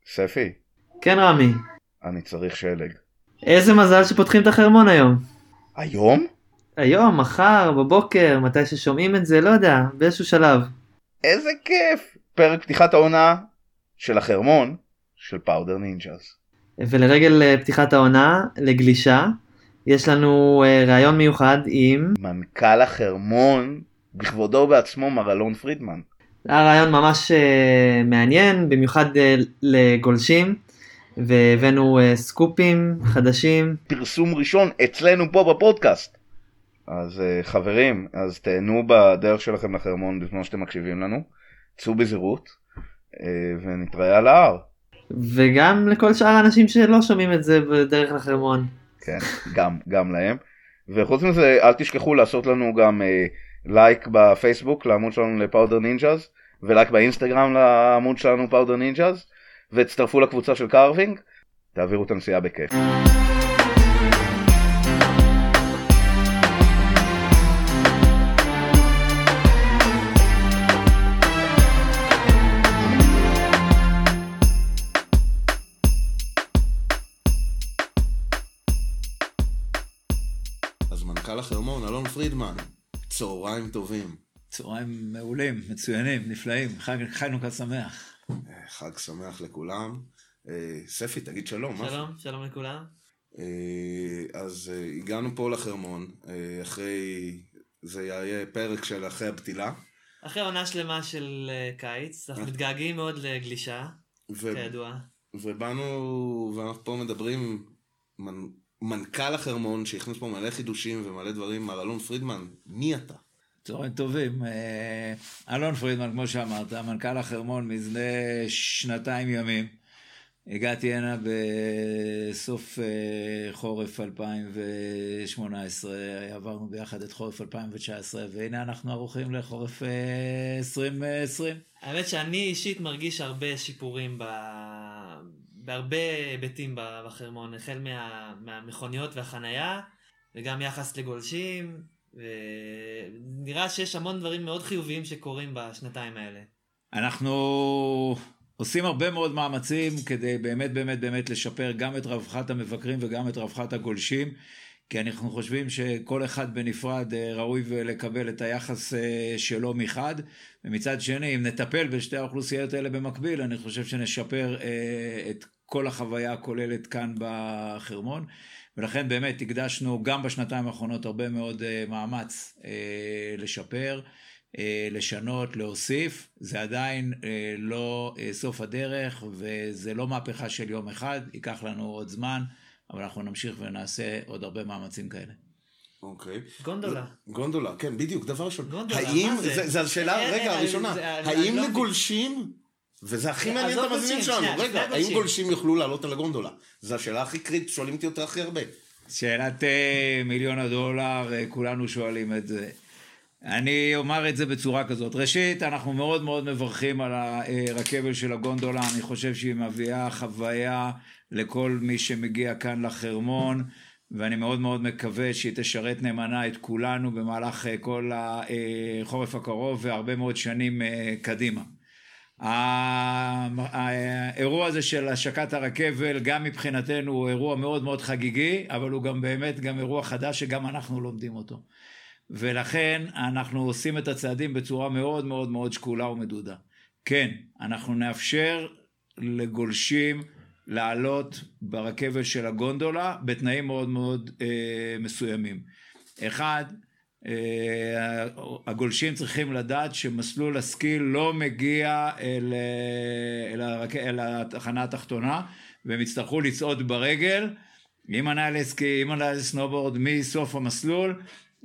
ספי, כן רמי, אני צריך שלג. איזה מזל שפותחים את החרמון היום. היום? היום, מחר, בבוקר, מתי ששומעים את זה, לא יודע, באיזשהו שלב. איזה כיף! פרק פתיחת העונה של החרמון של פאודר נינג'אז. ולרגל פתיחת העונה, לגלישה, יש לנו ראיון מיוחד עם... מנכ"ל החרמון, בכבודו בעצמו, מר אלון פרידמן. היה ראיון ממש מעניין, במיוחד לגולשים, והבאנו סקופים חדשים. פרסום ראשון אצלנו פה בפודקאסט. אז חברים, אז תהנו בדרך שלכם לחרמון בזמן שאתם מקשיבים לנו. צאו בזהירות, ונתראה על ההר. וגם לכל שאר האנשים שלא שומעים את זה בדרך לחרמון. כן, גם להם. וחוץ מזה, אל תשכחו לעשות לנו גם לייק בפייסבוק לעמוד שלנו לפאודר נינג'אז, ולייק באינסטגרם לעמוד שלנו פאודר נינג'אז, והצטרפו לקבוצה של קרווינג, תעבירו את הנסיעה בכיף. אז מנכ"ל החרמון, אלון פרידמן, צהריים טובים. צהריים מעולים, מצוינים, נפלאים, חנוכה שמח. חג שמח לכולם. ספי, תגיד שלום. שלום, שלום לכולם. אז הגענו פה לחרמון, אחרי, זה יהיה פרק של אחרי הפתילה. אחרי עונה שלמה של קיץ, אנחנו מתגעגעים מאוד לגלישה, כידוע. ובאנו, ואנחנו פה מדברים, מנכ"ל החרמון שהכניס פה מלא חידושים ומלא דברים, מר אלון פרידמן, מי אתה? צהריים טובים, אלון פרידמן, כמו שאמרת, מנכ"ל החרמון מזה 2 ימים. הגעתי הנה בסוף חורף 2018, עברנו ביחד את חורף 2019, והנה אנחנו ערוכים לחורף 2020. האמת שאני אישית מרגיש הרבה שיפורים בהרבה היבטים בחרמון, החל מהמכוניות והחנייה, וגם יחס לגולשים, ונראה שיש המון דברים מאוד חיוביים שקורים בשנתיים האלה. אנחנו עושים הרבה מאוד מאמצים כדי באמת לשפר גם את רווחת המבקרים וגם את רווחת הגולשים, כי אנחנו חושבים שכל אחד בנפרד ראוי לקבל את היחס שלו מחד, ומצד שני, אם נטפל בשתי האוכלוסיות האלה במקביל, אני חושב שנשפר את כל החוויה הכוללת כאן בחרמון, ולכן באמת הקדשנו גם בשנתיים האחרונות הרבה מאוד מאמץ לשפר, לשנות, להוסיף. זה עדיין לא סוף הדרך, וזה לא מהפכה של יום אחד, ייקח לנו עוד זמן, אבל אנחנו נמשיך ונעשה עוד הרבה מאמצים כאלה. אוקיי. גונדולה, כן, בדיוק, דבר ראשון. גונדולה, האם, מה זה? זו השאלה, רגע, הראשונה, האם לגולשים, וזה הכי מעניין את המאזינים שלנו, רגע, האם גולשים יוכלו לעלות על הגונדולה? זו השאלה הכי קריטית, שואלים אותי אותה הכי הרבה. שאלת $1,000,000, כולנו שואלים את זה. אני אומר את זה בצורה כזאת. ראשית, אנחנו מאוד מאוד מברכים על הרכבל של הגונדולה, אני חושב שהיא מביאה חוויה לכל מי שמגיע כאן לחרמון, ואני מאוד מאוד מקווה שהיא תשרת נאמנה את כולנו במהלך כל החורף הקרוב והרבה מאוד שנים קדימה. האירוע הזה של השקת הרכבל גם מבחינתנו הוא אירוע מאוד מאוד חגיגי, אבל הוא גם באמת גם אירוע חדש שגם אנחנו לומדים אותו. ולכן אנחנו עושים את הצעדים בצורה מאוד מאוד מאוד שקולה ומדודה. כן, אנחנו נאפשר לגולשים לעלות ברכבל של הגונדולה בתנאים מאוד מאוד מסוימים. אחד, הגולשים צריכים לדעת שמסלול הסקי לא מגיע אל התחנה התחתונה, והם יצטרכו לצעוד ברגל עם מנהלי סקי, עם מנהלי סנובורד, מסוף המסלול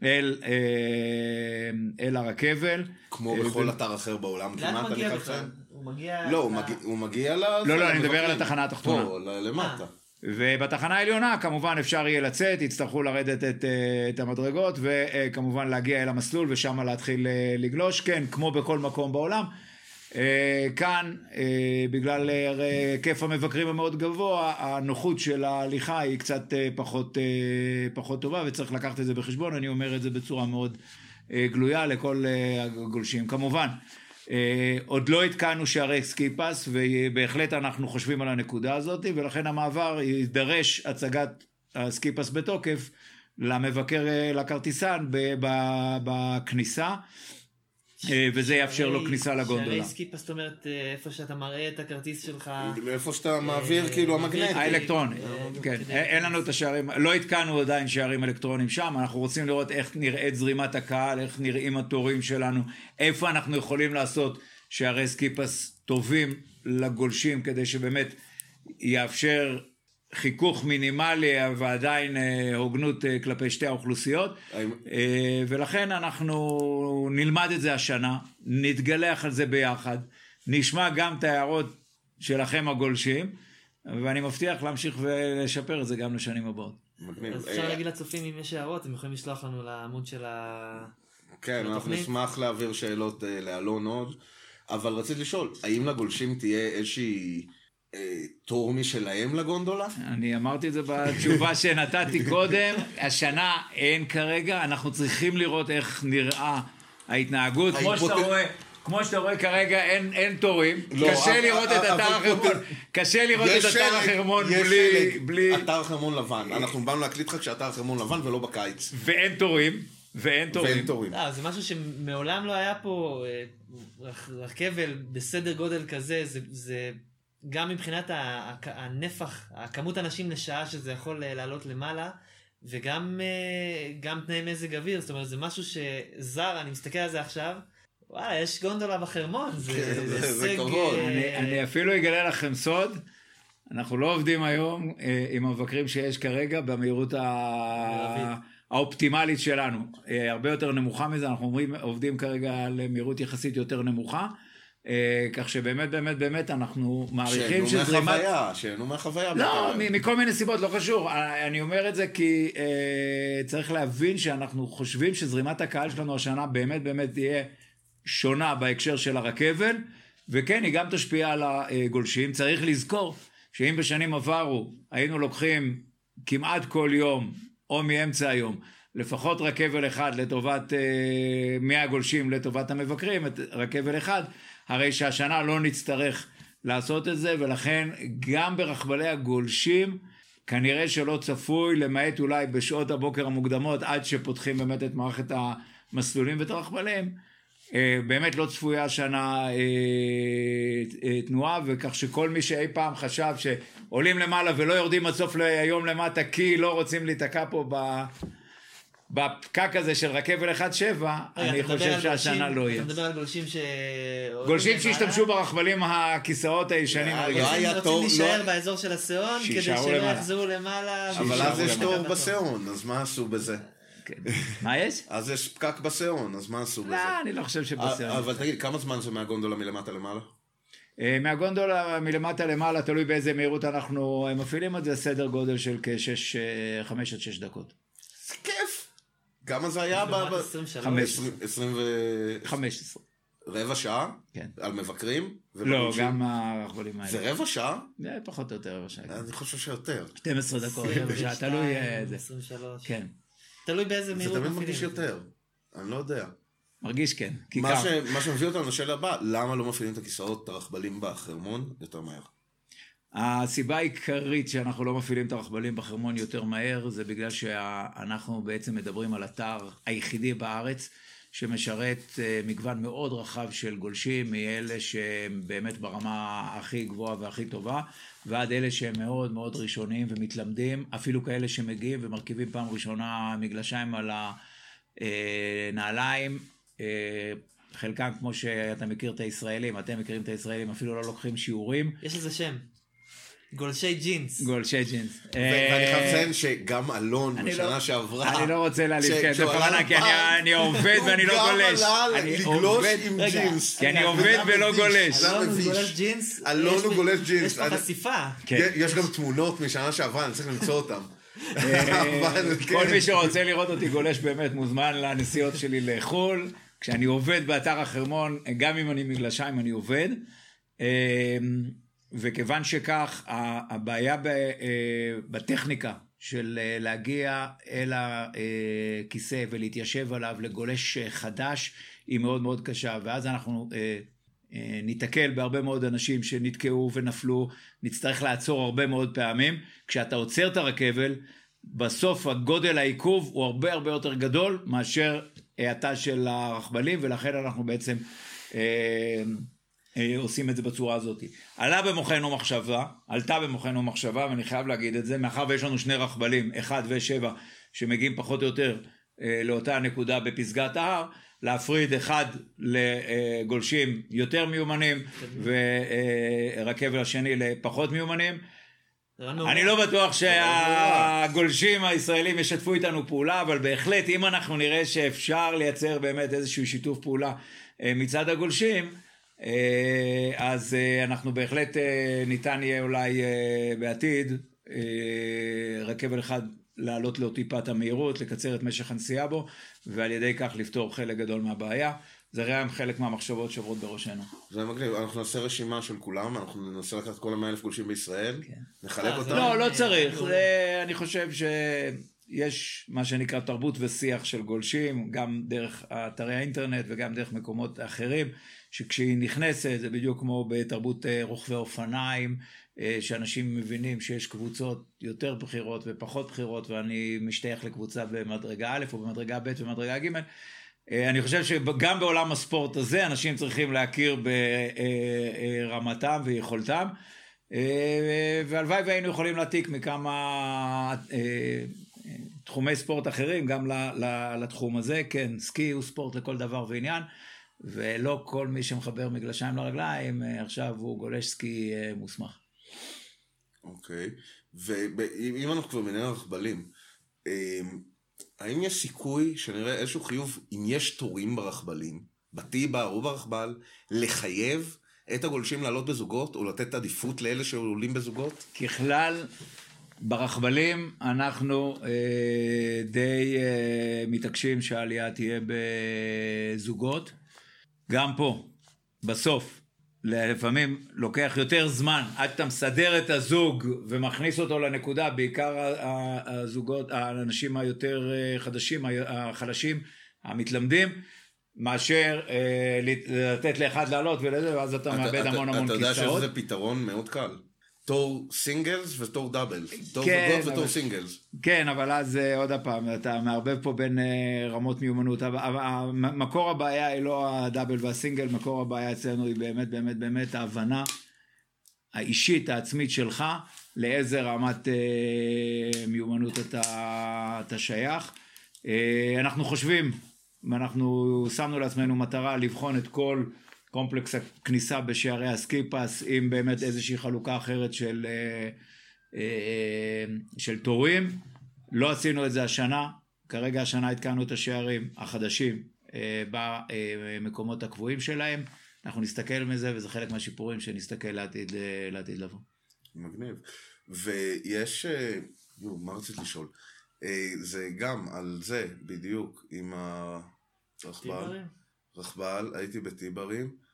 אל הרכבל. כמו בכל אתר אחר בעולם. לאן הוא מגיע בכלל? הוא מגיע... לא, הוא מגיע לא, אני מדבר על התחנה התחתונה. פה, למטה. ובתחנה העליונה כמובן אפשר יהיה לצאת, יצטרכו לרדת את המדרגות, וכמובן להגיע אל המסלול ושם להתחיל לגלוש, כן, כמו בכל מקום בעולם. כאן, בגלל כיף המבקרים המאוד גבוה, הנוחות של ההליכה היא קצת פחות טובה, וצריך לקחת את זה בחשבון. אני אומר את זה בצורה מאוד גלויה לכל הגולשים. כמובן, עוד לא התקנו שערי סקיפס, ובהחלט אנחנו חושבים על הנקודה הזאת, ולכן המעבר יידרש הצגת הסקיפס בתוקף למבקר לכרטיסן בכניסה, וזה יאפשר לו כניסה לגונדולה. שערי סקיפס, זאת אומרת, איפה שאתה מראה את הכרטיס שלך... איפה שאתה מעביר, כאילו המגנט. האלקטרוני, כן. אין לנו את השערים, לא התקנו עדיין שערים אלקטרונים שם, אנחנו רוצים לראות איך נראית זרימת הקהל, איך נראים התורים שלנו, איפה אנחנו יכולים לעשות שערי סקיפס טובים לגולשים, כדי שבאמת יאפשר חיכוך מינימלי ועדיין הוגנות כלפי שתי האוכלוסיות, ולכן אנחנו נלמד את זה השנה, נתגלח על זה ביחד, נשמע גם את ההערות שלכם הגולשים, ואני מבטיח להמשיך ולשפר את זה גם לשנים הבאות. אז אפשר להגיד לצופים אם יש הערות, הם יכולים לשלוח לנו לעמוד של התוכנית. כן, אנחנו נשמח להעביר שאלות לאלון עוד, אבל רציתי לשאול, האם לגולשים תהיה איזושהי תור משלהם לגונדולה? אני אמרתי את זה בתשובה שנתתי קודם, השנה אין כרגע, אנחנו צריכים לראות איך נראה ההתנהגות, כמו שאתה רואה כרגע אין תורים, קשה לראות את אתר החרמון, קשה לראות את אתר החרמון בלי... אתר החרמון לבן, אנחנו באנו להקליט לך כשאתר החרמון לבן ולא בקיץ. ואין תורים. זה משהו שמעולם לא היה פה, רכבל בסדר גודל כזה, זה... גם מבחינת הנפח, הכמות אנשים לשעה שזה יכול לעלות למעלה, וגם תנאי מזג אוויר, זאת אומרת, זה משהו שזר, אני מסתכל על זה עכשיו, וואלה, יש גונדולה בחרמון, זה כבוד. אני אפילו אגלה לכם סוד, אנחנו לא עובדים היום עם המבקרים שיש כרגע במהירות האופטימלית שלנו, הרבה יותר נמוכה מזה, אנחנו עובדים כרגע על מהירות יחסית יותר נמוכה, כך שבאמת, באמת, באמת אנחנו מעריכים שיהנו מהחוויה. לא, מכל מיני סיבות, לא קשור. אני אומר את זה כי צריך להבין שאנחנו חושבים שזרימת הקהל שלנו השנה באמת, באמת תהיה שונה בהקשר של הרכבל, וכן, היא גם תשפיע על הגולשים. צריך לזכור שאם בשנים עברו היינו לוקחים כמעט כל יום, או מאמצע היום, לפחות רכבל אחד לטובת 100 גולשים לטובת המבקרים, רכבל אחד, הרי שהשנה לא נצטרך לעשות את זה, ולכן גם ברכבלי הגולשים, כנראה שלא צפוי, למעט אולי בשעות הבוקר המוקדמות, עד שפותחים באמת את מערכת המסלולים ואת הרכבלים, באמת לא צפויה השנה תנועה, וכך שכל מי שאי פעם חשב שעולים למעלה ולא יורדים עד סוף היום למטה, כי לא רוצים להתקע פה בפקק הזה של רכבל 1-7, אני חושב שהשנה לא יהיה. אתה מדבר על גולשים גולשים שהשתמשו ברכבלים הכיסאות הישנים. רוצים להישאר באזור של הסיון, כדי שלא יחזרו למעלה. אבל אז יש תור בסיון, אז מה עשו בזה? מה יש? אז יש פקק בסיון, אז מה עשו בזה? לא, אני לא חושב שבסיון. אבל תגיד, כמה זמן זה מהגונדולה מלמטה למעלה? מהגונדולה מלמטה למעלה, תלוי באיזה מהירות אנחנו מפעילים את זה, סדר גודל של כ-5 עד 6 דקות. זה כיף! כמה זה היה? 15. רבע שעה? כן. על מבקרים? לא, גם הרכבלים האלה. זה רבע שעה? זה פחות או יותר רבע שעה. אני חושב שיותר. 12 דקות, רבע שעה, תלוי איזה. 23. כן. תלוי באיזה מהירות מפעילים. זה תמיד מרגיש יותר. אני לא יודע. מרגיש כן. מה שמביא אותנו לשאלה הבאה, למה לא מפעילים את הכיסאות, את הרכבלים בחרמון יותר מהר? הסיבה העיקרית שאנחנו לא מפעילים את הרכבלים בחרמון יותר מהר, זה בגלל שאנחנו בעצם מדברים על אתר היחידי בארץ, שמשרת מגוון מאוד רחב של גולשים, מאלה שהם באמת ברמה הכי גבוהה והכי טובה, ועד אלה שהם מאוד מאוד ראשונים ומתלמדים, אפילו כאלה שמגיעים ומרכיבים פעם ראשונה מגלשיים על הנעליים, חלקם כמו שאתה מכיר את הישראלים, אתם מכירים את הישראלים, אפילו לא לוקחים שיעורים. יש לזה שם. גולשי ג'ינס. גולשי ג'ינס. ואני חייב לציין שגם אלון בשנה שעברה... אני לא רוצה להעליב כזה פרנה, כי אני עובד ואני לא גולש. לגלוש עם ג'ינס. כי אני עובד ולא גולש. אלון הוא גולש ג'ינס. אלון הוא גולש ג'ינס. יש פה חשיפה. יש גם תמונות משנה שעברה, אני צריך למצוא אותם. כל מי שרוצה לראות אותי גולש באמת מוזמן לנסיעות שלי לחול. כשאני עובד באתר החרמון, גם אם אני מגלשיים אני עובד. וכיוון שכך, הבעיה בטכניקה של להגיע אל הכיסא ולהתיישב עליו לגולש חדש, היא מאוד מאוד קשה, ואז אנחנו ניתקל בהרבה מאוד אנשים שנתקעו ונפלו, נצטרך לעצור הרבה מאוד פעמים. כשאתה עוצר את הרכבל, בסוף הגודל העיכוב הוא הרבה הרבה יותר גדול מאשר האטה של הרכבלים, ולכן אנחנו בעצם עושים את זה בצורה הזאת. עלתה במוחנו מחשבה, ואני חייב להגיד את זה, מאחר ויש לנו שני רכבלים, 1 ו7, שמגיעים פחות או יותר לאותה נקודה בפסגת ההר, להפריד אחד לגולשים יותר מיומנים, ורכבל השני לפחות מיומנים. אני לא בטוח שהגולשים הישראלים ישתפו איתנו פעולה, אבל בהחלט אם אנחנו נראה שאפשר לייצר באמת איזשהו שיתוף פעולה מצד הגולשים, אז אנחנו בהחלט ניתן יהיה אולי בעתיד רכבל אחד לעלות לו טיפת המהירות, לקצר את משך הנסיעה בו, ועל ידי כך לפתור חלק גדול מהבעיה. זה גם חלק מהמחשבות שעוברות בראשנו. זה מגניב, אנחנו נעשה רשימה של כולם, אנחנו ננסה לקחת כל 100,000 גולשים בישראל, נחלק אותם. לא צריך, אני חושב שיש מה שנקרא תרבות ושיח של גולשים, גם דרך אתרי האינטרנט וגם דרך מקומות אחרים, שכשהיא נכנסת זה בדיוק כמו בתרבות רוכבי אופניים, שאנשים מבינים שיש קבוצות יותר בחירות ופחות בחירות, ואני משתייך לקבוצה במדרגה א' או במדרגה ב' ומדרגה ג'. אני חושב שגם בעולם הספורט הזה אנשים צריכים להכיר ברמתם ויכולתם, והלוואי והיינו יכולים להעתיק מכמה תחומי ספורט אחרים גם לתחום הזה. כן, סקי הוא ספורט לכל דבר ועניין, ולא כל מי שמחבר מגלשיים לרגליים עכשיו הוא גולש סקי מוסמך. אוקיי, ואם אנחנו כבר בעניין הרכבלים, האם יש סיכוי שנראה איזשהו חיוב, אם יש תורים ברכבלים, בטיבר או ברכבל, לחייב את הגולשים לעלות בזוגות, או לתת עדיפות לאלה שעולים בזוגות? ככלל, ברכבלים אנחנו די מתעקשים שהעלייה תהיה בזוגות. גם פה, בסוף, לפעמים לוקח יותר זמן עד אתה מסדר את הזוג ומכניס אותו לנקודה, בעיקר הזוגות, האנשים היותר חדשים, החלשים, המתלמדים, מאשר לתת לאחד לעלות ולזה, ואז אתה מאבד המון כיסאות. אתה יודע שזה פתרון מאוד קל. תור סינגלס ותור דאבלס, תור זוגות ותור סינגלס. כן, אבל אז עוד הפעם, אתה מערבב פה בין רמות מיומנות. מקור הבעיה היא לא הדאבל והסינגל, מקור הבעיה אצלנו היא באמת באמת באמת ההבנה האישית העצמית שלך, לאיזה רמת מיומנות אתה שייך. אנחנו חושבים, ואנחנו שמנו לעצמנו מטרה לבחון את כל קומפלקס הכניסה בשערי הסקיפס, עם באמת איזושהי חלוקה אחרת של תורים. לא עשינו את זה השנה, כרגע השנה התקנו את השערים החדשים במקומות הקבועים שלהם, אנחנו נסתכל מזה, וזה חלק מהשיפורים שנסתכל לעתיד לבוא. מגניב. ויש, מה רצית לשאול? זה גם על זה בדיוק, עם רכבל, הייתי בטיברים.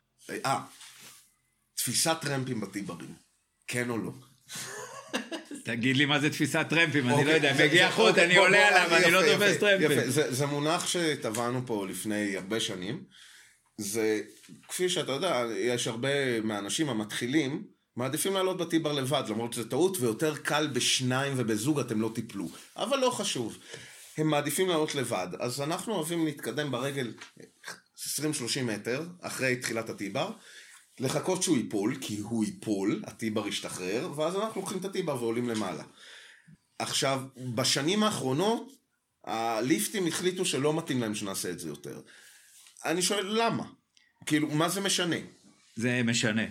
תפיסת טרמפים בטיברים, כן או לא? תגיד לי מה זה תפיסת טרמפים, אני לא יודע, מגיע חוט, אני עולה עליו, אני לא תופס טרמפים. זה מונח שטבענו פה לפני הרבה שנים, זה כפי שאתה יודע, יש הרבה מהאנשים המתחילים, מעדיפים לעלות בטיבר לבד, למרות שזה טעות, ויותר קל בשניים ובזוג אתם לא טיפלו, אבל לא חשוב, הם מעדיפים לעלות לבד, אז אנחנו אוהבים להתקדם ברגל 20-30 מטר אחרי תחילת הטיבר, לחכות שהוא ייפול, כי הוא ייפול, הטיבר ישתחרר, ואז אנחנו לוקחים את הטיבר ועולים למעלה. עכשיו, בשנים האחרונות, הליפטים החליטו שלא מתאים להם שנעשה את זה יותר. אני שואל, למה? כאילו, מה זה משנה? זה משנה,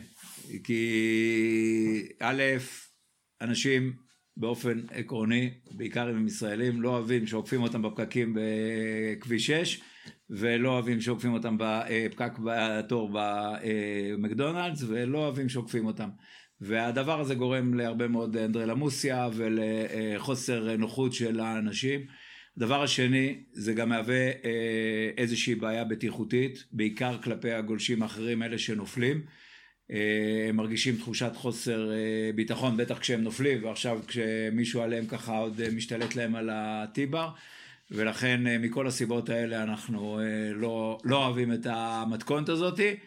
כי א', אנשים באופן עקרוני, בעיקר אם הם ישראלים, לא אוהבים שעוקפים אותם בפקקים בכביש 6, ולא אוהבים שעוקפים אותם בפקק בתור במקדונלדס, ולא אוהבים שעוקפים אותם. והדבר הזה גורם להרבה מאוד אנדרלמוסיה ולחוסר נוחות של האנשים. הדבר השני, זה גם מהווה איזושהי בעיה בטיחותית, בעיקר כלפי הגולשים האחרים, אלה שנופלים. הם מרגישים תחושת חוסר ביטחון, בטח כשהם נופלים, ועכשיו כשמישהו עליהם ככה עוד משתלט להם על הטיבר, ולכן מכל הסיבות האלה אנחנו לא אוהבים את המתכונת הזאת,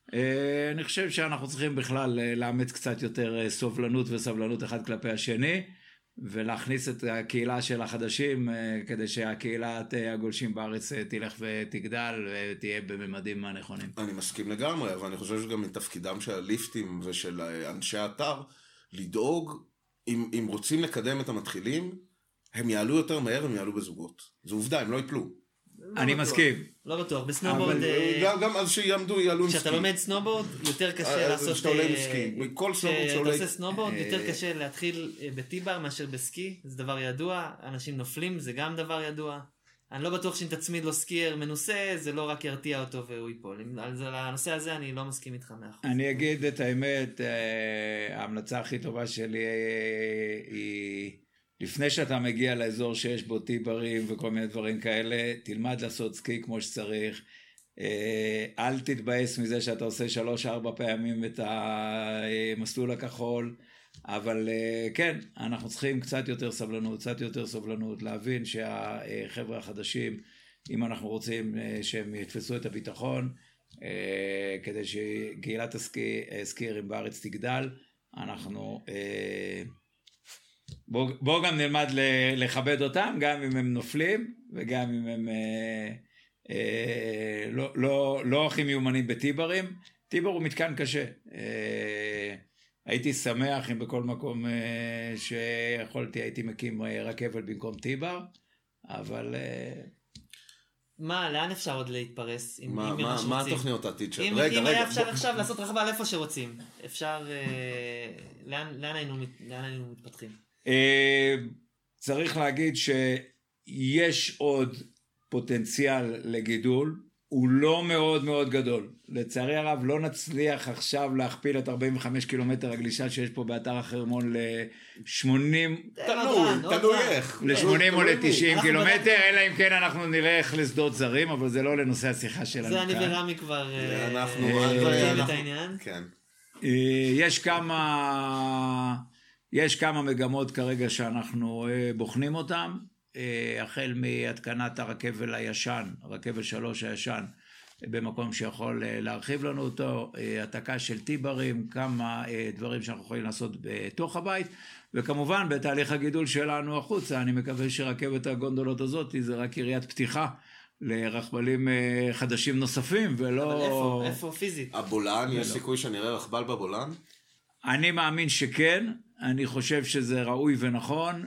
אני חושב שאנחנו צריכים בכלל לאמץ קצת יותר סובלנות וסבלנות אחד כלפי השני, ולהכניס את הקהילה של החדשים, כדי שהקהילת הגולשים בארץ תלך ותגדל ותהיה בממדים הנכונים. אני מסכים לגמרי, אבל אני חושב שגם מתפקידם של הליפטים ושל אנשי האתר, לדאוג, אם רוצים לקדם את המתחילים, הם יעלו יותר מהר, הם יעלו בזוגות. זו עובדה, הם לא יפלו. אני מסכים. לא בטוח, בסנובורד... גם אז שיעלו עם סקי. כשאתה לומד סנובורד, יותר קשה לעשות... כשאתה עולה עם סקי. בכל סנובורד שעולה... אתה עושה סנובורד, יותר קשה להתחיל בטיבר מאשר בסקי, זה דבר ידוע, אנשים נופלים, זה גם דבר ידוע. אני לא בטוח שאם תצמיד לו סקייר מנוסה, זה לא רק ירתיע אותו והוא ייפול. על הנושא הזה אני לא מסכים איתך 100%. אני אגיד את האמת, ההמלצה הכי טובה שלי היא... לפני שאתה מגיע לאזור שיש בו טיברים וכל מיני דברים כאלה, תלמד לעשות סקי כמו שצריך. אל תתבאס מזה שאתה עושה 3-4 פעמים את המסלול הכחול, אבל כן, אנחנו צריכים קצת יותר סבלנות, להבין שהחבר'ה החדשים, אם אנחנו רוצים שהם יתפסו את הביטחון, כדי שגאילת הסקיירים בארץ תגדל, אנחנו... בואו גם נלמד לכבד אותם, גם אם הם נופלים, וגם אם הם לא הכי מיומנים בטיברים. טיבר הוא מתקן קשה. הייתי שמח אם בכל מקום שיכולתי הייתי מקים רכבל במקום טיבר, אבל... לאן אפשר עוד להתפרס? מה התוכניות העתיד של... אם היה אפשר עכשיו לעשות רכבל איפה שרוצים, אפשר... לאן היינו מתפתחים? צריך להגיד שיש עוד פוטנציאל לגידול, הוא לא מאוד מאוד גדול. לצערי הרב לא נצליח עכשיו להכפיל את 45 קילומטר הגלישה שיש פה באתר החרמון ל-80, תלוי איך. ל-80 או ל-90 קילומטר, אלא אם כן אנחנו נלך לשדות זרים, אבל זה לא לנושא השיחה שלנו. זה אני ורמי כבר אנחנו את העניין. כן. יש כמה מגמות כרגע שאנחנו בוחנים אותם, החל מהתקנת הרכבל הישן, רכבל 3 הישן, במקום שיכול להרחיב לנו אותו, התקה של טיברים, כמה דברים שאנחנו יכולים לעשות בתוך הבית, וכמובן בתהליך הגידול שלנו החוצה, אני מקווה שרכבת הגונדולות הזאת זה רק יריית פתיחה, לרכבלים חדשים נוספים, ולא... אבל איפה פיזית? הבולן, יש סיכוי שנראה רכבל בבולן? אני מאמין שכן, אני חושב שזה ראוי ונכון,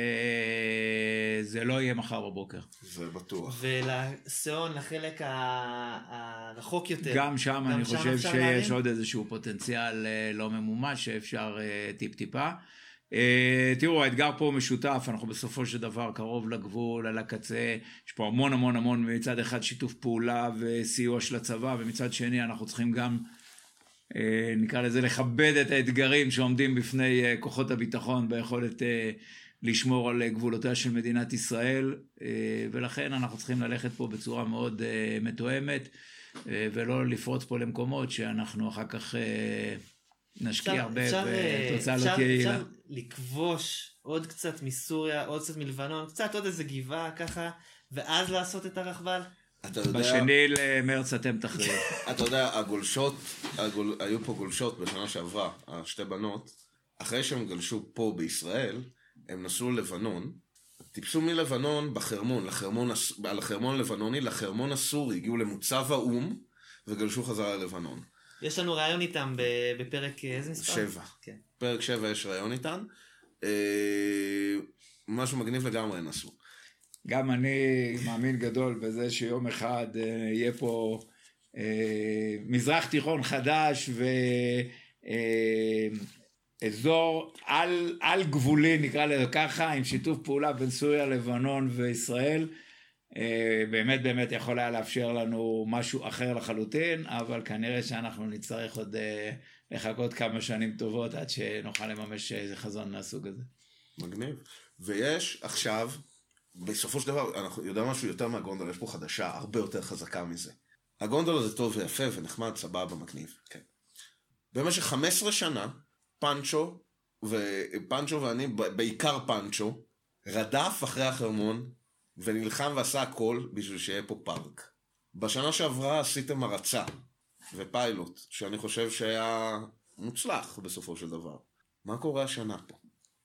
זה לא יהיה מחר בבוקר. זה בטוח. ולסיון, לחלק הרחוק יותר. גם שם אני חושב שיש עוד איזשהו פוטנציאל לא ממומש, שאפשר טיפ-טיפה. תראו, האתגר פה משותף, אנחנו בסופו של דבר קרוב לגבול, על הקצה, יש פה המון מצד אחד שיתוף פעולה וסיוע של הצבא, ומצד שני אנחנו צריכים גם... נקרא לזה לכבד את האתגרים שעומדים בפני כוחות הביטחון ביכולת לשמור על גבולותיה של מדינת ישראל, ולכן אנחנו צריכים ללכת פה בצורה מאוד מתואמת, ולא לפרוץ פה למקומות שאנחנו אחר כך נשקיע הרבה ותוצאה לא תהיה יעילה. אפשר לכבוש עוד קצת מסוריה, עוד קצת מלבנון, קצת עוד איזה גבעה ככה, ואז לעשות את הרכבל? בשני למרץ אתם תכריעו. אתה יודע, היו פה גולשות בשנה שעברה, השתי בנות, אחרי שהם גלשו פה בישראל, הם נסעו ללבנון, טיפסו מלבנון בחרמון, על החרמון הלבנוני, לחרמון הסורי, הגיעו למוצב האום, וגלשו חזרה ללבנון. יש לנו רעיון איתם בפרק איזה מספר? 7. כן. פרק 7 יש רעיון איתם. משהו מגניב לגמרי הם עשו. גם אני מאמין גדול בזה שיום אחד יהיה פה מזרח תיכון חדש ואזור על גבולי, נקרא לזה ככה, עם שיתוף פעולה בין סוריה, לבנון וישראל. באמת יכול היה לאפשר לנו משהו אחר לחלוטין, אבל כנראה שאנחנו נצטרך עוד לחכות כמה שנים טובות עד שנוכל לממש איזה חזון מהסוג הזה. מגניב. ויש עכשיו... בסופו של דבר, אנחנו יודעים משהו יותר מהגונדולה, יש פה חדשה, הרבה יותר חזקה מזה. הגונדולה זה טוב ויפה ונחמד, סבבה, מגניב, כן. במשך 15 שנה, פנצ'ו ואני, בעיקר פנצ'ו, רדף אחרי החרמון, ונלחם ועשה הכל בשביל שיהיה פה פארק. בשנה שעברה עשיתם הרצה, ופיילוט, שאני חושב שהיה מוצלח בסופו של דבר. מה קורה השנה פה?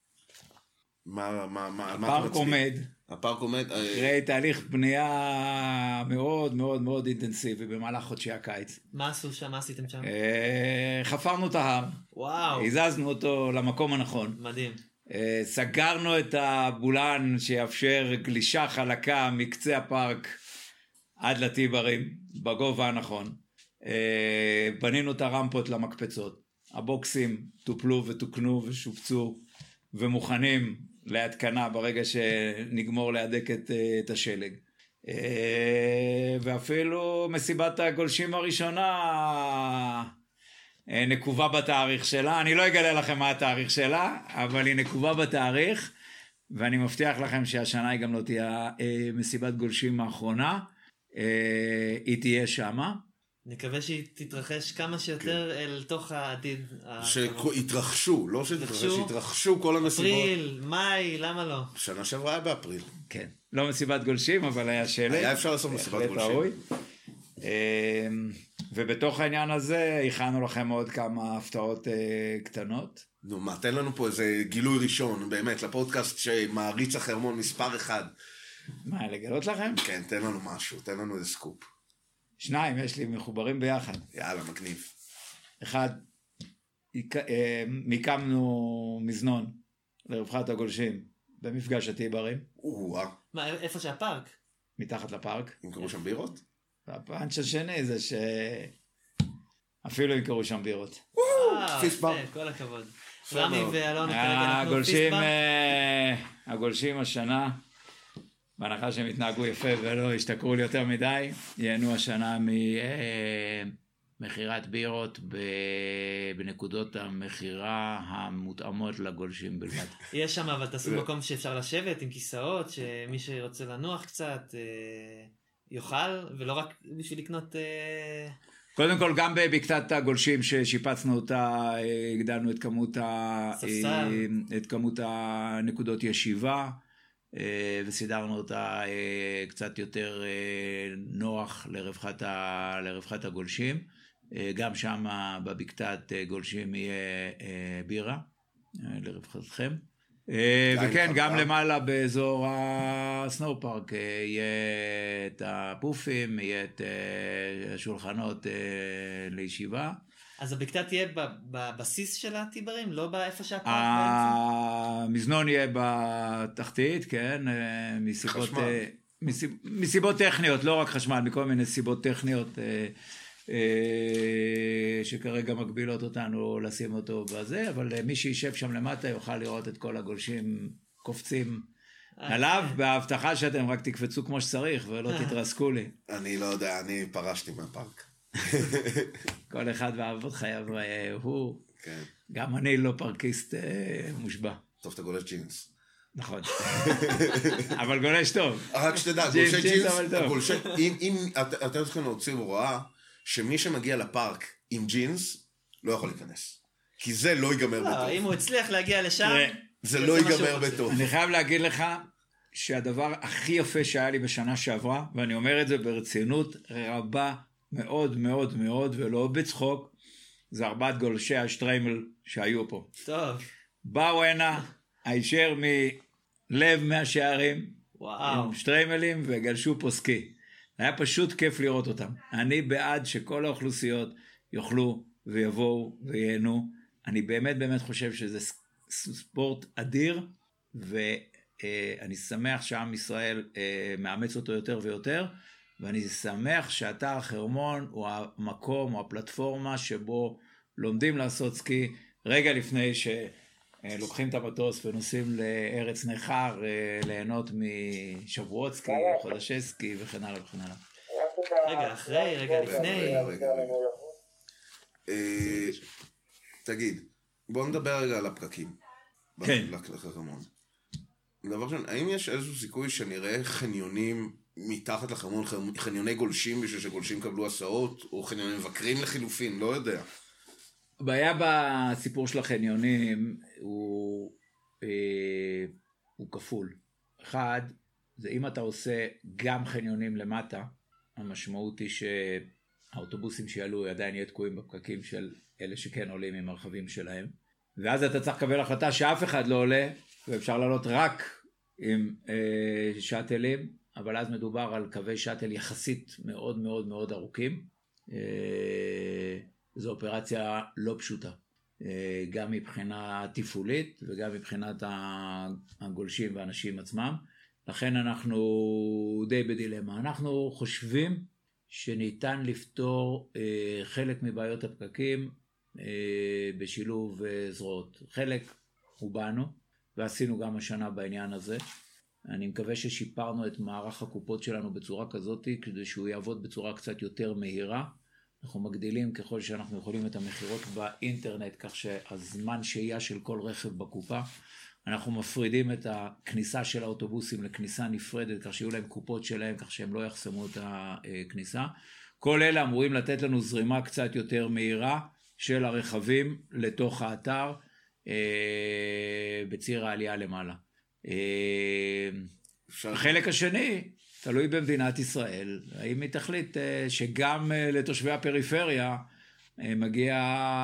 הפארק עומד. הפארק עומד. אחרי תהליך בנייה מאוד מאוד מאוד אינטנסיבי במהלך חודשי הקיץ. מה עשו שם? מה עשיתם שם? חפרנו את ההר. וואו. הזזנו אותו למקום הנכון. מדהים. סגרנו את הבולן שיאפשר גלישה חלקה מקצה הפארק עד לטיברים בגובה הנכון. בנינו את הרמפות למקפצות. הבוקסים טופלו ותוקנו ושופצו ומוכנים להתקנה ברגע שנגמור להדק את השלג. ואפילו מסיבת הגולשים הראשונה נקובה בתאריך שלה. אני לא אגלה לכם מה התאריך שלה, אבל היא נקובה בתאריך, ואני מבטיח לכם שהשנה היא גם לא תהיה מסיבת גולשים האחרונה. היא תהיה שמה. נקווה שהיא תתרחש כמה שיותר אל תוך העתיד. שהתרחשו, לא שתתרחש, שהתרחשו כל המסיבות. אפריל, מאי, למה לא? שנה שעברה היה באפריל. כן, לא מסיבת גולשים, אבל היה שלג. היה אפשר לעשות מסיבת גולשים. ובתוך העניין הזה הכנו לכם עוד כמה הפתעות קטנות. נו מה, תן לנו פה איזה גילוי ראשון, באמת, לפודקאסט שמעריץ החרמון מספר 1. מה, לגלות לכם? כן, תן לנו משהו, תן לנו איזה סקופ. 2 יש לי מחוברים ביחד. יאללה, מגניב. 1, מיקמנו מזנון לרווחת הגולשים במפגש הטיברים. מה, איפה שהפארק? מתחת לפארק. ימכרו שם בירות? והפאנץ' השני זה שאפילו ימכרו שם בירות. פיסבר. כל הכבוד. רמי ואלון כרגע נתנו פיסבר. הגולשים השנה, בהנחה שהם התנהגו יפה ולא השתכרו לי יותר מדי, ייהנו השנה ממחירת בירות בנקודות המחירה המותאמות לגולשים בלבד. יש שם, אבל תעשו מקום שאפשר לשבת עם כיסאות, שמי שרוצה לנוח קצת יוכל, ולא רק בשביל לקנות... קודם כל, גם בבקתת הגולשים ששיפצנו אותה, הגדלנו את כמות הנקודות ישיבה, וסידרנו אותה קצת יותר נוח לרווחת הגולשים. גם שם בבקתת גולשים יהיה בירה לרווחתכם. וכן, גם למעלה באזור הסנואו פארק יהיה את הפופים, יהיה את השולחנות לישיבה. אז הבקתה תהיה בבסיס של הטיברים, לא באיפה שהפארק בעצם? המזנון יהיה בתחתית, כן, מסיבות טכניות, לא רק חשמל, מכל מיני סיבות טכניות שכרגע מגבילות אותנו לשים אותו בזה, אבל מי שישב שם למטה יוכל לראות את כל הגולשים קופצים עליו, בהבטחה שאתם רק תקפצו כמו שצריך ולא תתרסקו לי. אני לא יודע, אני פרשתי מהפארק. כל אחד ואהבות חייו הוא, כן. גם אני לא פארקיסט מושבע. טוב, אתה גולש ג'ינס. נכון. אבל גולש טוב. רק שתדע, גולשי ג'ינס, אם אתם צריכים להוציא הוראה, שמי שמגיע לפארק עם ג'ינס, לא יכול להיכנס. כי זה לא ייגמר בטוב. אם הוא הצליח להגיע לשם, זה לא ייגמר בטוב. אני חייב להגיד לך, שהדבר הכי יפה שהיה לי בשנה שעברה, ואני אומר את זה ברצינות רבה מאוד מאוד מאוד, ולא בצחוק, זה 4 גולשי השטריימל שהיו פה. טוב. באו הנה, הישר מלב מהשערים, וואו. עם שטריימלים וגלשו פה סקי. היה פשוט כיף לראות אותם. אני בעד שכל האוכלוסיות יוכלו ויבואו וייהנו. אני באמת באמת חושב שזה ספורט אדיר, ואני שמח שעם ישראל מאמץ אותו יותר ויותר, ואני שמח שאתר החרמון הוא המקום או הפלטפורמה שבו לומדים לעשות סקי רגע לפני שלוקחים את המטוס ונוסעים לארץ ניכר, ליהנות משבועות סקי, חודשי סקי וכן הלאה וכן הלאה. רגע אחרי, רגע לפני. תגיד, בוא נדבר רגע על הפקקים. כן. לחרמון. דבר שני, האם יש איזשהו סיכוי שנראה חניונים מתחת לחרמון, חניוני גולשים בשביל שגולשים קבלו הסעות, או חניוני מבקרים לחילופין, לא יודע. הבעיה בסיפור של החניונים הוא כפול. אחד, זה אם אתה עושה גם חניונים למטה, המשמעות היא האוטובוסים שיעלו עדיין יהיו תקועים בפקקים של אלה שכן עולים עם הרכבים שלהם. ואז אתה צריך לקבל החלטה שאף אחד לא עולה, ואפשר לעלות רק עם שאטלים, אבל אז מדובר על קווי שאטל יחסית מאוד מאוד מאוד ארוכים. זו אופרציה לא פשוטה, גם מבחינה תפעולית וגם מבחינת הגולשים והאנשים עצמם. לכן אנחנו די בדילמה. אנחנו חושבים שניתן לפתור חלק מבעיות הפקקים בשילוב זרועות. חלק הוא בנו, ועשינו גם השנה בעניין הזה. אני מקווה ששיפרנו את מערך הקופות שלנו בצורה כזאת, כדי שהוא יעבוד בצורה קצת יותר מהירה. אנחנו מגדילים ככל שאנחנו יכולים את המחירות באינטרנט, כך שהזמן שהייה של כל רכב בקופה, אנחנו מפרידים את הכניסה של האוטובוסים לכניסה נפרדת, כך שיהיו להם קופות שלהם, כך שהם לא יחסמו את הכניסה. כל אלה אמורים לתת לנו זרימה קצת יותר מהירה של הרכבים לתוך האתר, בציר העלייה למעלה. החלק השני, תלוי במדינת ישראל, האם היא תחליט שגם לתושבי הפריפריה מגיע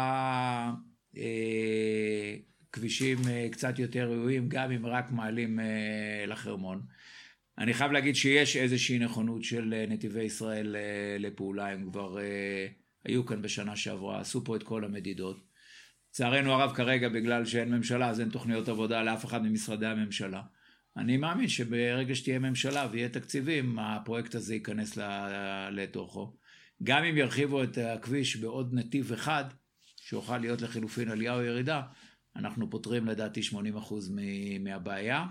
כבישים קצת יותר ראויים, גם אם רק מעלים לחרמון. אני חייב להגיד שיש איזושהי נכונות של נתיבי ישראל לפעולה, הם כבר היו כאן בשנה שעברה, עשו פה את כל המדידות. צערנו הרב כרגע, בגלל שאין ממשלה, אז אין תוכניות עבודה לאף אחד ממשרדי הממשלה. אני מאמין שברגע שתהיה ממשלה ויהיה תקציבים, הפרויקט הזה ייכנס לתוכו. גם אם ירחיבו את הכביש בעוד נתיב אחד, שיוכל להיות לחילופין עלייה או ירידה, אנחנו פותרים לדעתי 80% מהבעיה,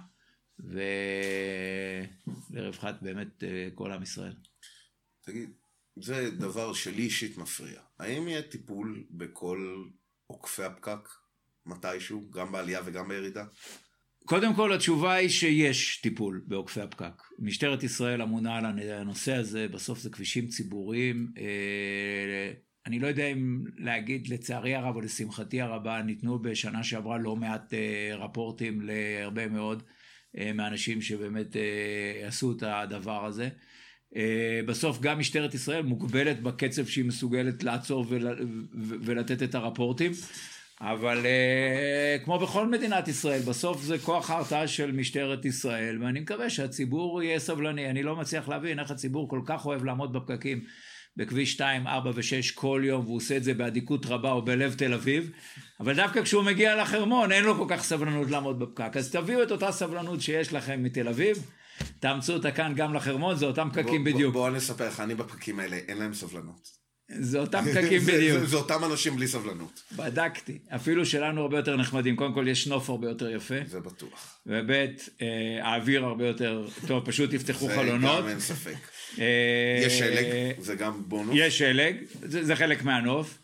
ולרווחת באמת כל עם ישראל. תגיד, זה דבר שלי אישית מפריע. האם יהיה טיפול בכל עוקפי הפקק מתישהו, גם בעלייה וגם בירידה? קודם כל התשובה היא שיש טיפול בעוקפי הפקק. משטרת ישראל אמונה על הנושא הזה, בסוף זה כבישים ציבוריים. אני לא יודע אם להגיד לצערי הרב או לשמחתי הרבה, ניתנו בשנה שעברה לא מעט רפורטים להרבה מאוד מאנשים שבאמת עשו את הדבר הזה. בסוף גם משטרת ישראל מוגבלת בקצב שהיא מסוגלת לעצור ולתת את הרפורטים, אבל כמו בכל מדינת ישראל, בסוף זה כוח ההרתעה של משטרת ישראל, ואני מקווה שהציבור יהיה סבלני. אני לא מצליח להבין איך הציבור כל כך אוהב לעמוד בפקקים בכביש 2, 4 ו-6 כל יום, והוא עושה את זה בעדיקות רבה או בלב תל אביב, אבל דווקא כשהוא מגיע לחרמון אין לו כל כך סבלנות לעמוד בפקק. אז תביאו את אותה סבלנות שיש לכם מתל אביב, תאמצו אותה כאן גם לחרמון, זה אותם פקקים בדיוק. בוא נספר לך, אני בפקקים האלה, אין להם סבלנות. זה אותם פקקים בדיוק. זה אותם אנשים בלי סבלנות. בדקתי. אפילו שלנו הרבה יותר נחמדים. קודם כל יש נוף הרבה יותר יפה. זה בטוח. ובית, האוויר הרבה יותר טוב, פשוט תפתחו חלונות. זה גם אין ספק. יש שלג, זה גם בונוס. יש שלג, זה חלק מהנוף.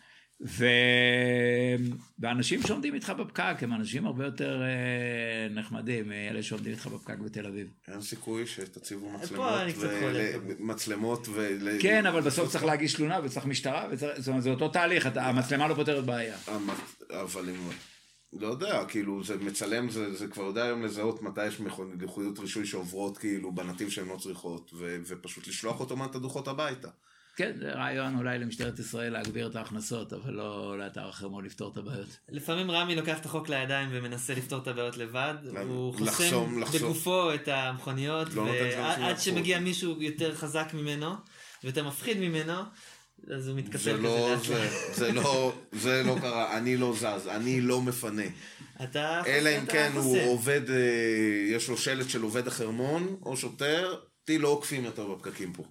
ואנשים שעומדים איתך בפקק הם אנשים הרבה יותר נחמדים, אלה שעומדים איתך בפקק בתל אביב. אין סיכוי שתציבו מצלמות כן, אבל בסוף צריך להגיש תלונה וצריך משטרה, זאת אומרת, זה אותו תהליך, המצלמה לא פותרת בעיה. אבל אם לא יודע, כאילו זה מצלם, זה כבר יודע היום לזהות מתי יש מכוניות רישוי שעוברות כאילו בנתיב שהן לא צריכות, ופשוט לשלוח אוטומט את הדוחות הביתה. כן, זה רעיון אולי למשטרת ישראל להגביר את ההכנסות, אבל לא לאתר החרמון לפתור את הבעיות. לפעמים רמי לוקח את החוק לידיים ומנסה לפתור את הבעיות לבד, הוא חוסם בגופו את המכוניות, ועד שמגיע מישהו יותר חזק ממנו, ויותר מפחיד ממנו, אז הוא מתקפל כזה. זה לא קרה, אני לא זז, אני לא מפנה. אלא אם כן הוא עובד, יש לו שלט של עובד החרמון, או שוטר, אותי לא עוקפים יותר בפקקים פה.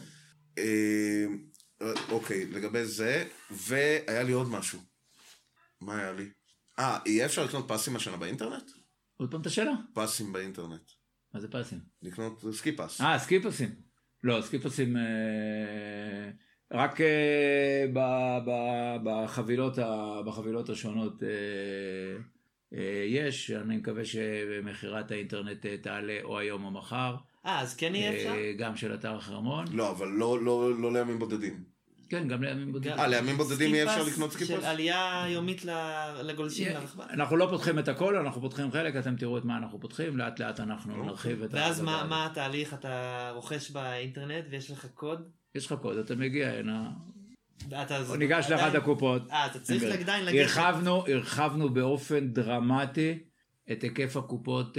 אוקיי, לגבי זה, והיה לי עוד משהו. מה היה לי? יהיה אפשר לקנות פסים השנה באינטרנט? עוד פעם את השאלה? פסים באינטרנט. מה זה פסים? לקנות סקי פס. סקי פסים. לא, סקי פסים רק בחבילות השונות יש. אני מקווה שמחירת האינטרנט תעלה או היום או מחר. אז כן יהיה אפשר? גם של אתר החרמון. לא, אבל לא לימים בודדים. כן, גם לימים בודדים. לימים בודדים יהיה אפשר לקנות סקי פס? של עלייה יומית לגולשים לרכבל? אנחנו לא פותחים את הכל, אנחנו פותחים חלק, אתם תראו את מה אנחנו פותחים, לאט לאט אנחנו נרחיב את ואז מה התהליך? אתה רוכש באינטרנט ויש לך קוד? יש לך קוד, אתה מגיע הנה, הוא ניגש לאחת הקופות. אתה צריך עדיין לגשת. הרחבנו באופן דרמטי את היקף הקופות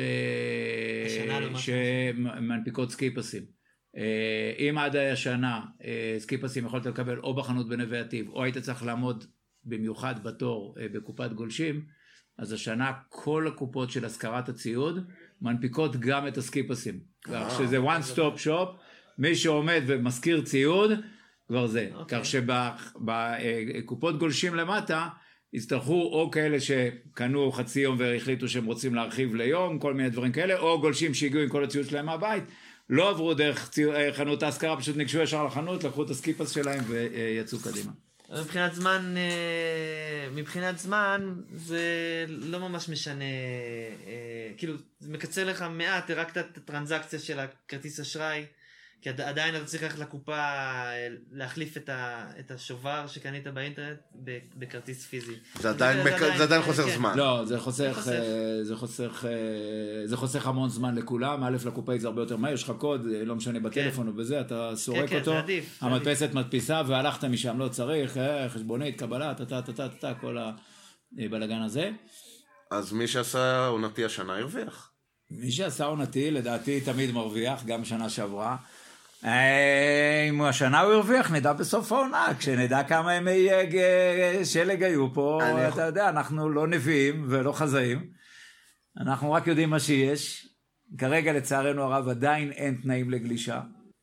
שמנפיקות סקיפסים. אם עד השנה סקיפסים יכולת לקבל או בחנות בנווה יעטיב, או היית צריך לעמוד במיוחד בתור בקופת גולשים, אז השנה כל הקופות של השכרת הציוד מנפיקות גם את הסקיפסים. שזה one stop shop, מי שעומד ומזכיר ציוד, כבר זה. כך שבקופות גולשים למטה, יצטרכו או כאלה שקנו חצי יום והחליטו שהם רוצים להרחיב ליום, כל מיני דברים כאלה, או גולשים שהגיעו עם כל הציוד שלהם מהבית, לא עברו דרך חנות ההשכרה, פשוט ניגשו ישר לחנות, לקחו את הסקיפס שלהם ויצאו קדימה. מבחינת זמן זה לא ממש משנה, כאילו זה מקצר לך מעט רק את הטרנזקציה של הכרטיס אשראי, כי עדיין אתה צריך ללכת לקופה להחליף את השובר שקנית באינטרנט בכרטיס פיזי. זה עדיין חוסר זמן. לא, זה חוסך המון זמן לכולם. א', לקופה זה הרבה יותר מהר, יש לך קוד, לא משנה בטלפון ובזה, אתה סורק אותו, המדפסת מדפיסה והלכת משם, לא צריך, חשבונית, קבלה, כל הבלגן הזה. אז מי שעשה עונתי השנה הרוויח. מי שעשה עונתי לדעתי תמיד מרוויח, גם שנה שעברה. אם השנה הוא הרוויח, נדע בסוף העונה, כשנדע כמה ימי שלג היו פה, אתה יודע, אנחנו לא נביאים ולא חזאים, אנחנו רק יודעים מה שיש, כרגע לצערנו הרב עדיין אין תנאים לגלישה,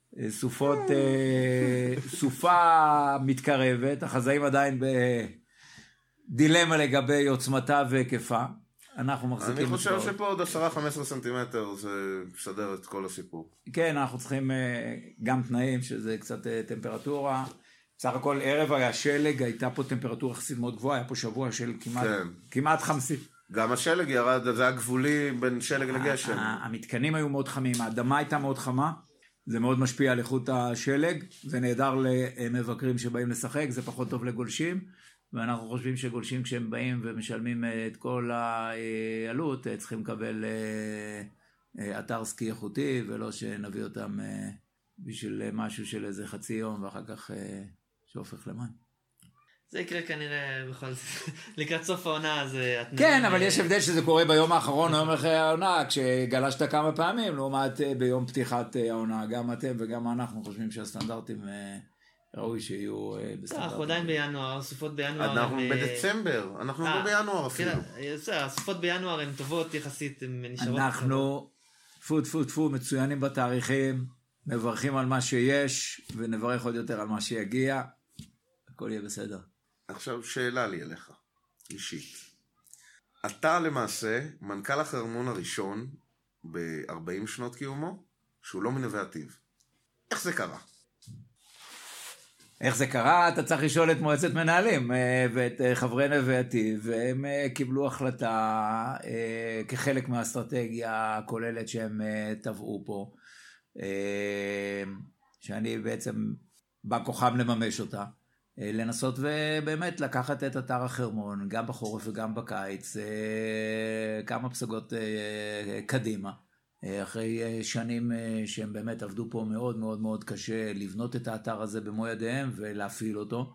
סופה מתקרבת, החזאים עדיין בדילמה לגבי עוצמתה והיקפה, אנחנו מחזיקים... אני חושב שפה עוד 10-15 סנטימטר זה מסדר את כל הסיפור. כן, אנחנו צריכים גם תנאים, שזה קצת טמפרטורה. בסך הכל ערב היה שלג, הייתה פה טמפרטורה יחסית מאוד גבוהה, היה פה שבוע של כמעט 50. גם השלג ירד, זה היה גבולי בין שלג לגשם. המתקנים היו מאוד חמים, האדמה הייתה מאוד חמה, זה מאוד משפיע על איכות השלג, זה נהדר למבקרים שבאים לשחק, זה פחות טוב לגולשים. ואנחנו חושבים שגולשים כשהם באים ומשלמים את כל העלות, צריכים לקבל אתר סקי איכותי, ולא שנביא אותם בשביל משהו של איזה חצי יום, ואחר כך שהופך למים. זה יקרה כנראה בכל זאת, לקראת סוף העונה זה... כן, אבל יש הבדל שזה קורה ביום האחרון, או יום אחרי העונה, כשגלשת כמה פעמים, לעומת ביום פתיחת העונה, גם אתם וגם אנחנו חושבים שהסטנדרטים... ראוי שיהיו בסטנדרט. אנחנו עדיין בינואר, סופות בינואר... אנחנו בדצמבר, אנחנו לא בינואר אפילו. הסופות בינואר הן טובות יחסית, הן נשארות... אנחנו טפו מצוינים בתאריכים, מברכים על מה שיש, ונברך עוד יותר על מה שיגיע, הכל יהיה בסדר. עכשיו שאלה לי אליך, אישית. אתה למעשה מנכ"ל החרמון הראשון ב-40 שנות קיומו, שהוא לא מנווה יעטיב. איך זה קרה? איך זה קרה? אתה צריך לשאול את מועצת מנהלים ואת חברי נווה יעטיב, והם קיבלו החלטה כחלק מהאסטרטגיה הכוללת שהם טבעו פה, שאני בעצם בא כוחם לממש אותה, לנסות ובאמת לקחת את אתר החרמון, גם בחורף וגם בקיץ, כמה פסגות קדימה. אחרי שנים שהם באמת עבדו פה מאוד מאוד מאוד קשה לבנות את האתר הזה במו ידיהם ולהפעיל אותו.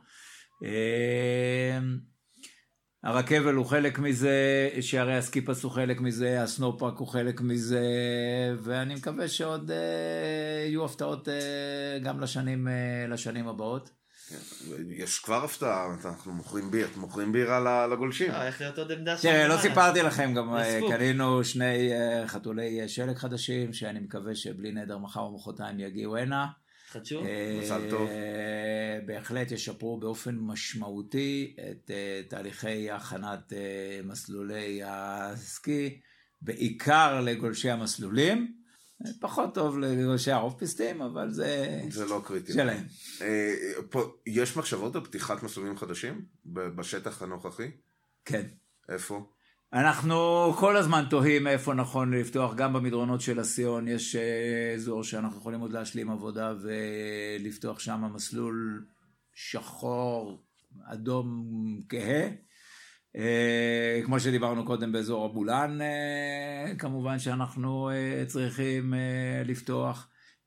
הרכבל הוא חלק מזה, שערי הסקיפס הוא חלק מזה, הסנופארק הוא חלק מזה, ואני מקווה שעוד יהיו הפתעות גם לשנים הבאות. יש כבר הפתעה, אנחנו מוכרים בירה לגולשים. איך להיות עוד עמדה תראה, לא סיפרתי לכם, גם קנינו 2 חתולי שלג חדשים, שאני מקווה שבלי נדר מחר או מחרתיים יגיעו הנה. חדשו? מזל טוב. בהחלט ישפרו באופן משמעותי את תהליכי הכנת מסלולי הסקי, בעיקר לגולשי המסלולים. פחות טוב לגולשי הרוב פיסטים, אבל זה לא קריטי שלהם. יש מחשבות על פתיחת מסלולים חדשים בשטח הנוכחי? כן. איפה? אנחנו כל הזמן תוהים איפה נכון לפתוח, גם במדרונות של הסיון יש אזור שאנחנו יכולים עוד להשלים עבודה ולפתוח שם מסלול שחור, אדום כהה. כמו שדיברנו קודם באזור הבולן, כמובן שאנחנו צריכים לפתוח.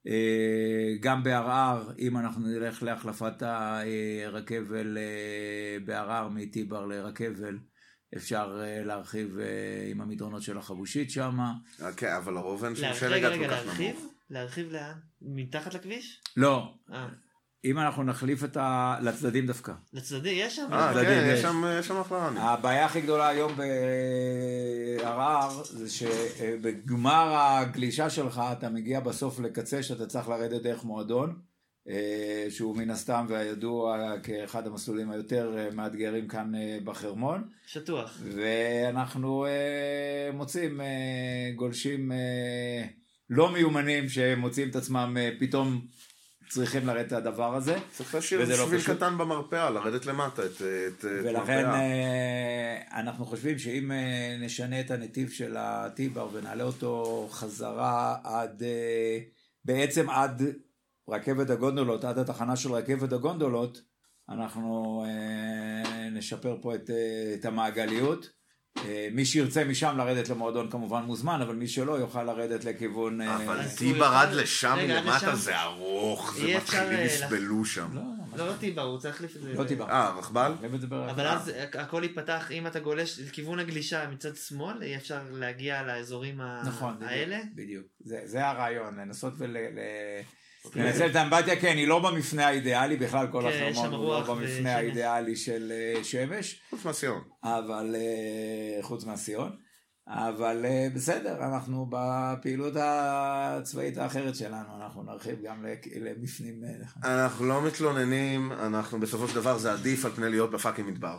גם בערער, אם אנחנו נלך להחלפת הרכבל בערער מטיבר לרכבל, אפשר להרחיב עם המדרונות של החבושית שם. כן, אבל הרוב אין שם שלג עד כל כך נמוך. להרחיב לאן? מתחת לכביש? לא. אם אנחנו נחליף לצדדים דווקא. לצדדים? יש שם? כן, יש שם מחלרנים. הבעיה הכי גדולה היום בערער, זה שבגמר הגלישה שלך, אתה מגיע בסוף לקצה שאתה צריך לרדת דרך מועדון, שהוא מן הסתם והידוע כאחד המסלולים היותר מאתגרים כאן בחרמון. שטוח. ואנחנו מוצאים גולשים לא מיומנים שמוצאים את עצמם פתאום צריכים לרדת את הדבר הזה. צריך להשאיר שביל קטן במרפאה, לרדת למטה את מרפאה. ולכן אנחנו חושבים שאם נשנה את הנתיב של הטיבר ונעלה אותו חזרה בעצם עד רכבת הגונדולות, עד התחנה של רכבת הגונדולות, אנחנו נשפר פה את המעגליות. מי שירצה משם לרדת למועדון כמובן מוזמן, אבל מי שלא יוכל לרדת לכיוון... אבל טיבר עד לשם מלמטה זה ארוך, זה מתחילים לסבלו שם. לא טיבר, הוא צריך להחליף את זה. לא טיבר. רכבל? אבל אז הכל ייפתח, אם אתה גולש לכיוון הגלישה מצד שמאל, יהיה אפשר להגיע לאזורים האלה? בדיוק, זה הרעיון, לנסות לנצל את האמבטיה, כן, היא לא במפנה האידיאלי, בכלל כל החרמון הוא לא במפנה האידיאלי של שמש. חוץ מהסיון. אבל, חוץ מהסיון. אבל בסדר, אנחנו בפעילות הצבאית האחרת שלנו, אנחנו נרחיב גם למפנים. אנחנו לא מתלוננים, אנחנו בסופו של דבר זה עדיף על פני להיות בפאקינג מדבר.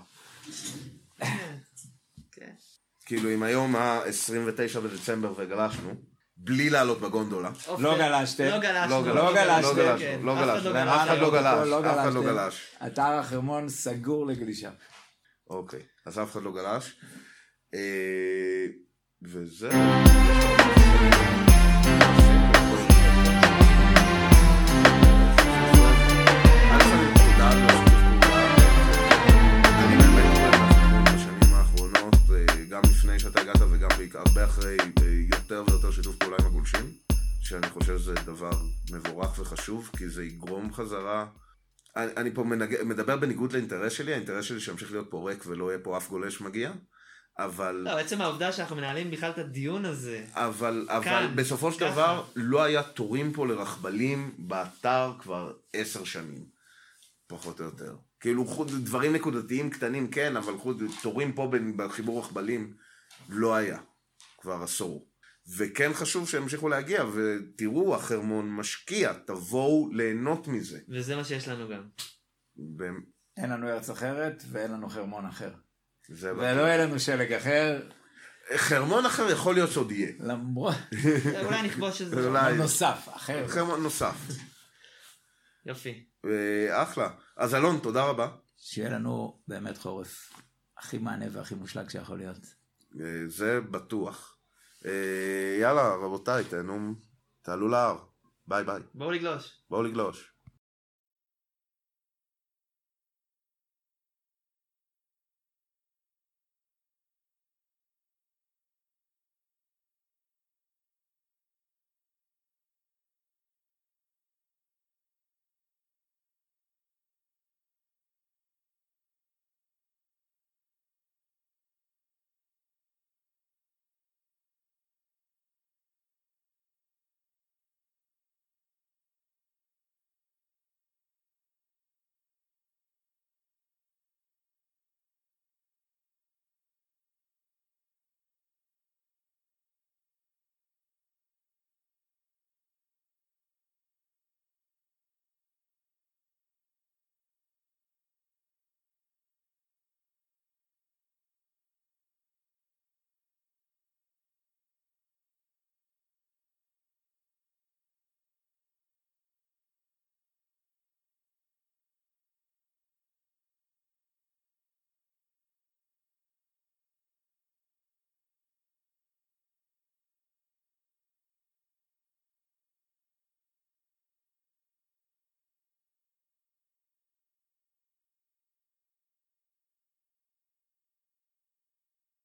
כאילו אם היום ה-29 בדצמבר וגלשנו, בלי לעלות בגונדולה. לא גלשתם. לא גלשנו. לא גלשנו. אף אחד לא גלש. אתר החרמון סגור לגלישה. אוקיי, אז אף אחד לא גלש. וזה... גם לפני שאתה הגעת וגם הרבה אחרי יותר ויותר שיתוף פעולה עם הגולשים, שאני חושב שזה דבר מבורך וחשוב, כי זה יגרום חזרה. אני פה מדבר בניגוד לאינטרס שלי, האינטרס שלי שימשיך להיות פה ריק ולא יהיה פה אף גולש מגיע, אבל... לא, בעצם העובדה שאנחנו מנהלים בכלל את הדיון הזה. אבל בסופו של דבר לא היה תורים פה לרכבלים באתר כבר 10 שנים, פחות או יותר. כאילו דברים נקודתיים קטנים כן, אבל תורים פה בחיבור רכבלים לא היה, כבר עשור. וכן חשוב שהמשיכו להגיע, ותראו, החרמון משקיע, תבואו ליהנות מזה. וזה מה שיש לנו גם. אין לנו ארץ אחרת, ואין לנו חרמון אחר. ולא יהיה לנו שלג אחר. חרמון אחר יכול להיות שעוד יהיה. למרות. אולי נכבוש את זה. חרמון נוסף, אחר. חרמון נוסף. יופי. אחלה. אז אלון, תודה רבה. שיהיה לנו באמת חורף הכי מענה והכי מושלג שיכול להיות. זה בטוח. יאללה, רבותיי, תעלו להר. ביי ביי. בואו לגלוש. בואו לגלוש.